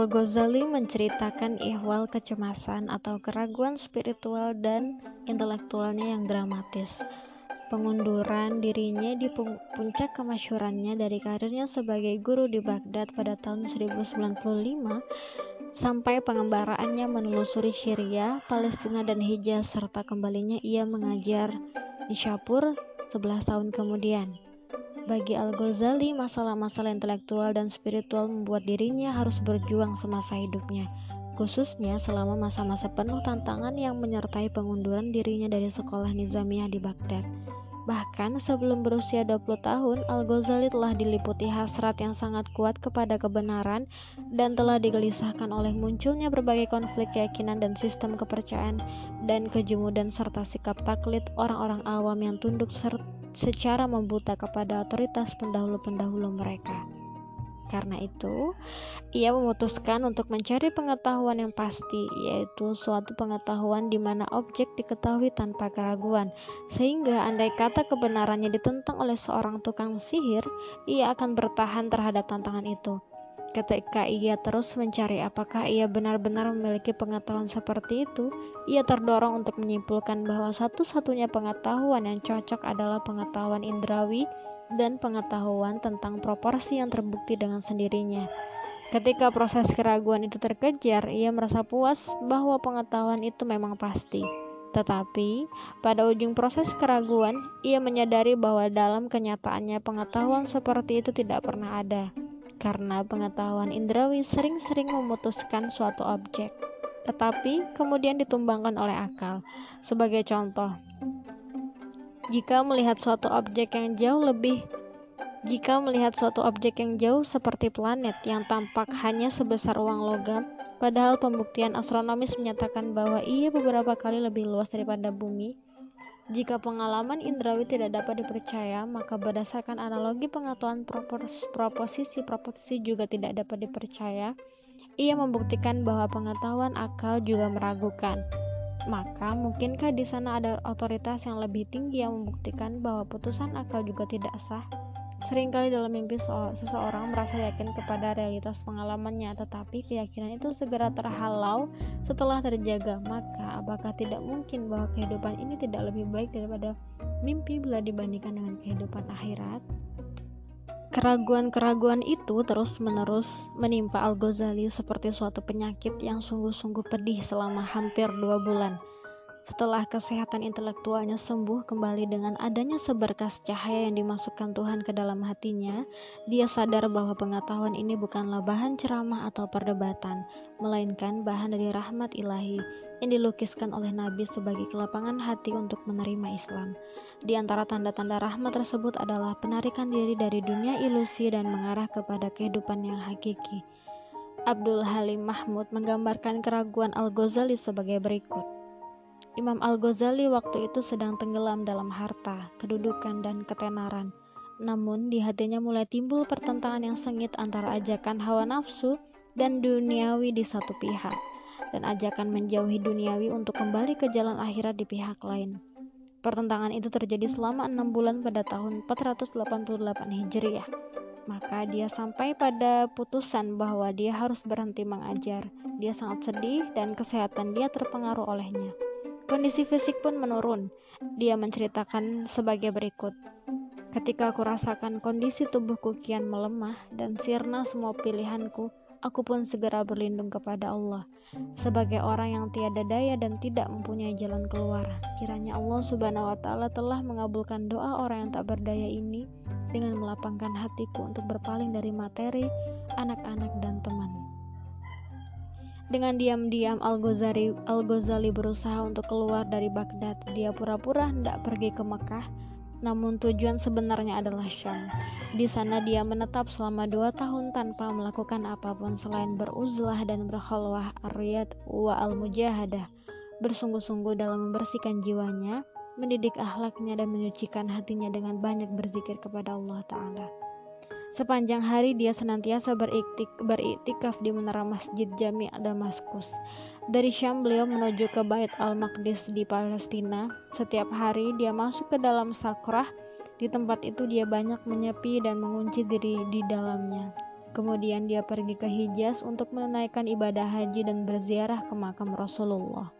Al-Ghazali menceritakan ihwal kecemasan atau keraguan spiritual dan intelektualnya yang dramatis. Pengunduran dirinya di puncak kemasyhurannya dari karirnya sebagai guru di Baghdad pada tahun 1095 sampai pengembaraannya menelusuri Syria, Palestina, dan Hijaz, serta kembalinya ia mengajar di Shapur 11 tahun kemudian. Bagi Al-Ghazali, masalah-masalah intelektual dan spiritual membuat dirinya harus berjuang semasa hidupnya, khususnya selama masa-masa penuh tantangan yang menyertai pengunduran dirinya dari sekolah Nizamiyah di Baghdad. Bahkan sebelum berusia 20 tahun, Al-Ghazali telah diliputi hasrat yang sangat kuat kepada kebenaran dan telah digelisahkan oleh munculnya berbagai konflik keyakinan dan sistem kepercayaan dan kejumudan serta sikap taklid orang-orang awam yang tunduk secara membuta kepada otoritas pendahulu-pendahulu mereka. Karena itu, ia memutuskan untuk mencari pengetahuan yang pasti, yaitu suatu pengetahuan di mana objek diketahui tanpa keraguan, sehingga andai kata kebenarannya ditentang oleh seorang tukang sihir, ia akan bertahan terhadap tantangan itu. Ketika ia terus mencari apakah ia benar-benar memiliki pengetahuan seperti itu, ia terdorong untuk menyimpulkan bahwa satu-satunya pengetahuan yang cocok adalah pengetahuan indrawi dan pengetahuan tentang proporsi yang terbukti dengan sendirinya. Ketika proses keraguan itu terkejar, ia merasa puas bahwa pengetahuan itu memang pasti. Tetapi, pada ujung proses keraguan, ia menyadari bahwa dalam kenyataannya pengetahuan seperti itu tidak pernah ada. Karena pengetahuan indrawi sering-sering memutuskan suatu objek, tetapi kemudian ditumbangkan oleh akal. Sebagai contoh, jika melihat suatu objek yang jauh seperti planet yang tampak hanya sebesar uang logam, padahal pembuktian astronomis menyatakan bahwa ia beberapa kali lebih luas daripada bumi. Jika pengalaman indrawi tidak dapat dipercaya, maka berdasarkan analogi pengetahuan proposisi juga tidak dapat dipercaya. Ia membuktikan bahwa pengetahuan akal juga meragukan. Maka mungkinkah di sana ada otoritas yang lebih tinggi yang membuktikan bahwa putusan akal juga tidak sah? Seringkali dalam mimpi seseorang merasa yakin kepada realitas pengalamannya, tetapi keyakinan itu segera terhalau setelah terjaga. Maka apakah tidak mungkin bahwa kehidupan ini tidak lebih baik daripada mimpi bila dibandingkan dengan kehidupan akhirat? Keraguan-keraguan itu terus-menerus menimpa Al-Ghazali seperti suatu penyakit yang sungguh-sungguh pedih selama hampir 2 bulan. Setelah kesehatan intelektualnya sembuh kembali dengan adanya seberkas cahaya yang dimasukkan Tuhan ke dalam hatinya, dia sadar bahwa pengetahuan ini bukanlah bahan ceramah atau perdebatan, melainkan bahan dari rahmat ilahi yang dilukiskan oleh Nabi sebagai kelapangan hati untuk menerima Islam. Di antara tanda-tanda rahmat tersebut adalah penarikan diri dari dunia ilusi dan mengarah kepada kehidupan yang hakiki. Abdul Halim Mahmud menggambarkan keraguan Al-Ghazali sebagai berikut. Imam Al-Ghazali waktu itu sedang tenggelam dalam harta, kedudukan, dan ketenaran. Namun di hatinya mulai timbul pertentangan yang sengit antara ajakan hawa nafsu dan duniawi di satu pihak, dan ajakan menjauhi duniawi untuk kembali ke jalan akhirat di pihak lain. Pertentangan itu terjadi selama 6 bulan pada tahun 488 Hijriah. Maka dia sampai pada putusan bahwa dia harus berhenti mengajar. Dia sangat sedih dan kesehatan dia terpengaruh olehnya. Kondisi fisik pun menurun. Dia menceritakan sebagai berikut. Ketika aku rasakan kondisi tubuhku kian melemah dan sirna semua pilihanku, aku pun segera berlindung kepada Allah. Sebagai orang yang tiada daya dan tidak mempunyai jalan keluar, kiranya Allah Subhanahu wa Ta'ala telah mengabulkan doa orang yang tak berdaya ini dengan melapangkan hatiku untuk berpaling dari materi, anak-anak, dan teman. Dengan diam-diam Al-Ghazali berusaha untuk keluar dari Baghdad. Dia pura-pura hendak pergi ke Mekah, namun tujuan sebenarnya adalah Syam. Di sana dia menetap selama 2 tahun tanpa melakukan apapun selain beruzlah dan berkhalwah ar-riyad wa al-mujahadah, bersungguh-sungguh dalam membersihkan jiwanya, mendidik akhlaknya, dan menyucikan hatinya dengan banyak berzikir kepada Allah Ta'ala. Sepanjang hari dia senantiasa beriktikaf di menara Masjid Jami' Damaskus. Dari Syam beliau menuju ke Bait Al-Maqdis di Palestina. Setiap hari dia masuk ke dalam sakrah. Di tempat itu dia banyak menyepi dan mengunci diri di dalamnya. Kemudian dia pergi ke Hijaz untuk menunaikan ibadah haji dan berziarah ke makam Rasulullah.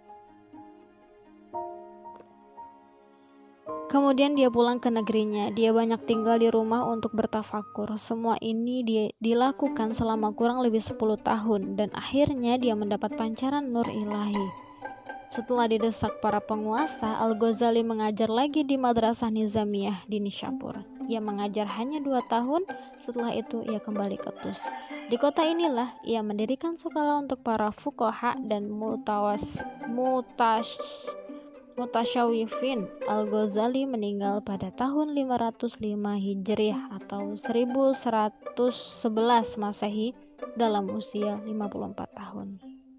Kemudian dia pulang ke negerinya. Dia banyak tinggal di rumah untuk bertafakur. Semua ini dilakukan selama kurang lebih 10 tahun dan akhirnya dia mendapat pancaran nur ilahi. Setelah didesak para penguasa, Al-Ghazali mengajar lagi di Madrasah Nizamiyah di Nishapur. Ia mengajar hanya 2 tahun, setelah itu ia kembali ke Tus. Di kota inilah ia mendirikan sekolah untuk para fuqaha dan mutasyawifin. Al-Ghazali meninggal pada tahun 505 Hijriah atau 1111 Masehi dalam usia 54 tahun.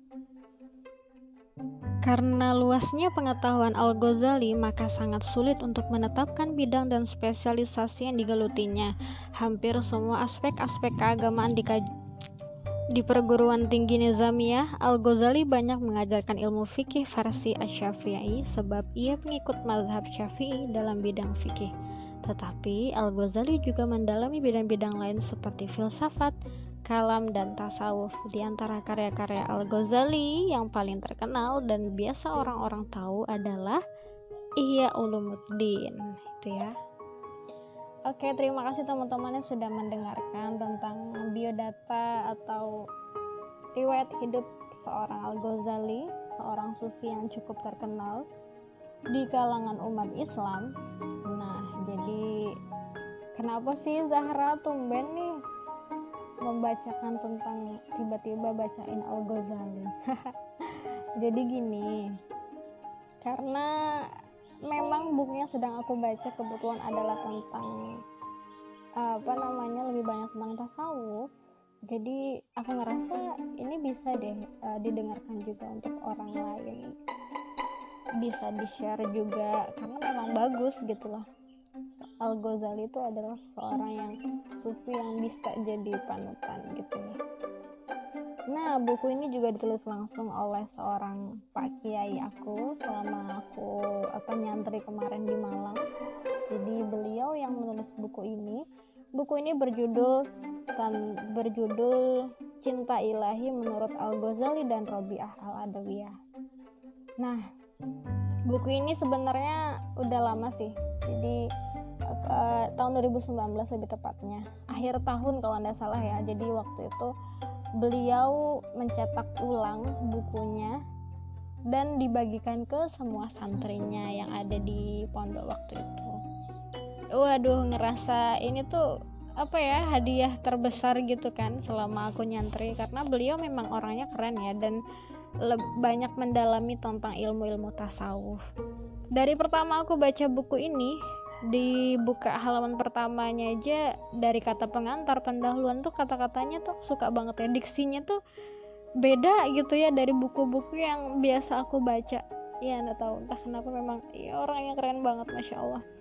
Karena luasnya pengetahuan Al-Ghazali, maka sangat sulit untuk menetapkan bidang dan spesialisasi yang digelutinya. Hampir semua aspek-aspek keagamaan di perguruan tinggi Nizamiyah. Al-Ghazali banyak mengajarkan ilmu fikih versi Asy-Syafi'i sebab ia pengikut mazhab Syafi'i dalam bidang fikih. Tetapi Al-Ghazali juga mendalami bidang-bidang lain seperti filsafat, kalam, dan tasawuf. Di antara karya-karya Al-Ghazali yang paling terkenal dan biasa orang-orang tahu adalah Ihya Ulumuddin, itu ya. Oke, terima kasih teman-teman yang sudah mendengarkan tentang biodata atau riwayat hidup seorang Al-Ghazali, seorang sufi yang cukup terkenal di kalangan umat Islam. Nah, jadi kenapa sih Zahra tumben nih membacakan tentang tiba-tiba bacain Al-Ghazali? Jadi gini, karena memang bukunya sedang aku baca kebetulan adalah tentang lebih banyak tentang tasawuf. Jadi aku ngerasa ini bisa deh didengarkan juga untuk orang lain, bisa di-share juga karena memang bagus gitu loh. Al-Ghazali itu adalah seorang yang sufi yang bisa jadi panutan gitu ya. Nah, buku ini juga ditulis langsung oleh seorang Pak Kiai aku selama aku nyantri kemarin di Malang. Jadi beliau yang menulis buku ini. Buku ini berjudul Cinta Ilahi menurut Al-Ghazali dan Robiah Al-Adawiyah. Nah, buku ini sebenarnya udah lama sih. Jadi tahun 2019 lebih tepatnya, akhir tahun kalau nggak salah ya. Jadi waktu itu beliau mencetak ulang bukunya dan dibagikan ke semua santrinya yang ada di pondok waktu itu. Waduh, ngerasa ini tuh hadiah terbesar gitu kan selama aku nyantri, karena beliau memang orangnya keren ya dan banyak mendalami tentang ilmu-ilmu tasawuf. Dari pertama aku baca buku ini, dibuka halaman pertamanya aja dari kata pengantar pendahuluan tuh kata-katanya tuh suka banget ya, diksinya tuh beda gitu ya dari buku-buku yang biasa aku baca ya. Nggak tahu entah kenapa, memang ya orang yang keren banget, masya Allah.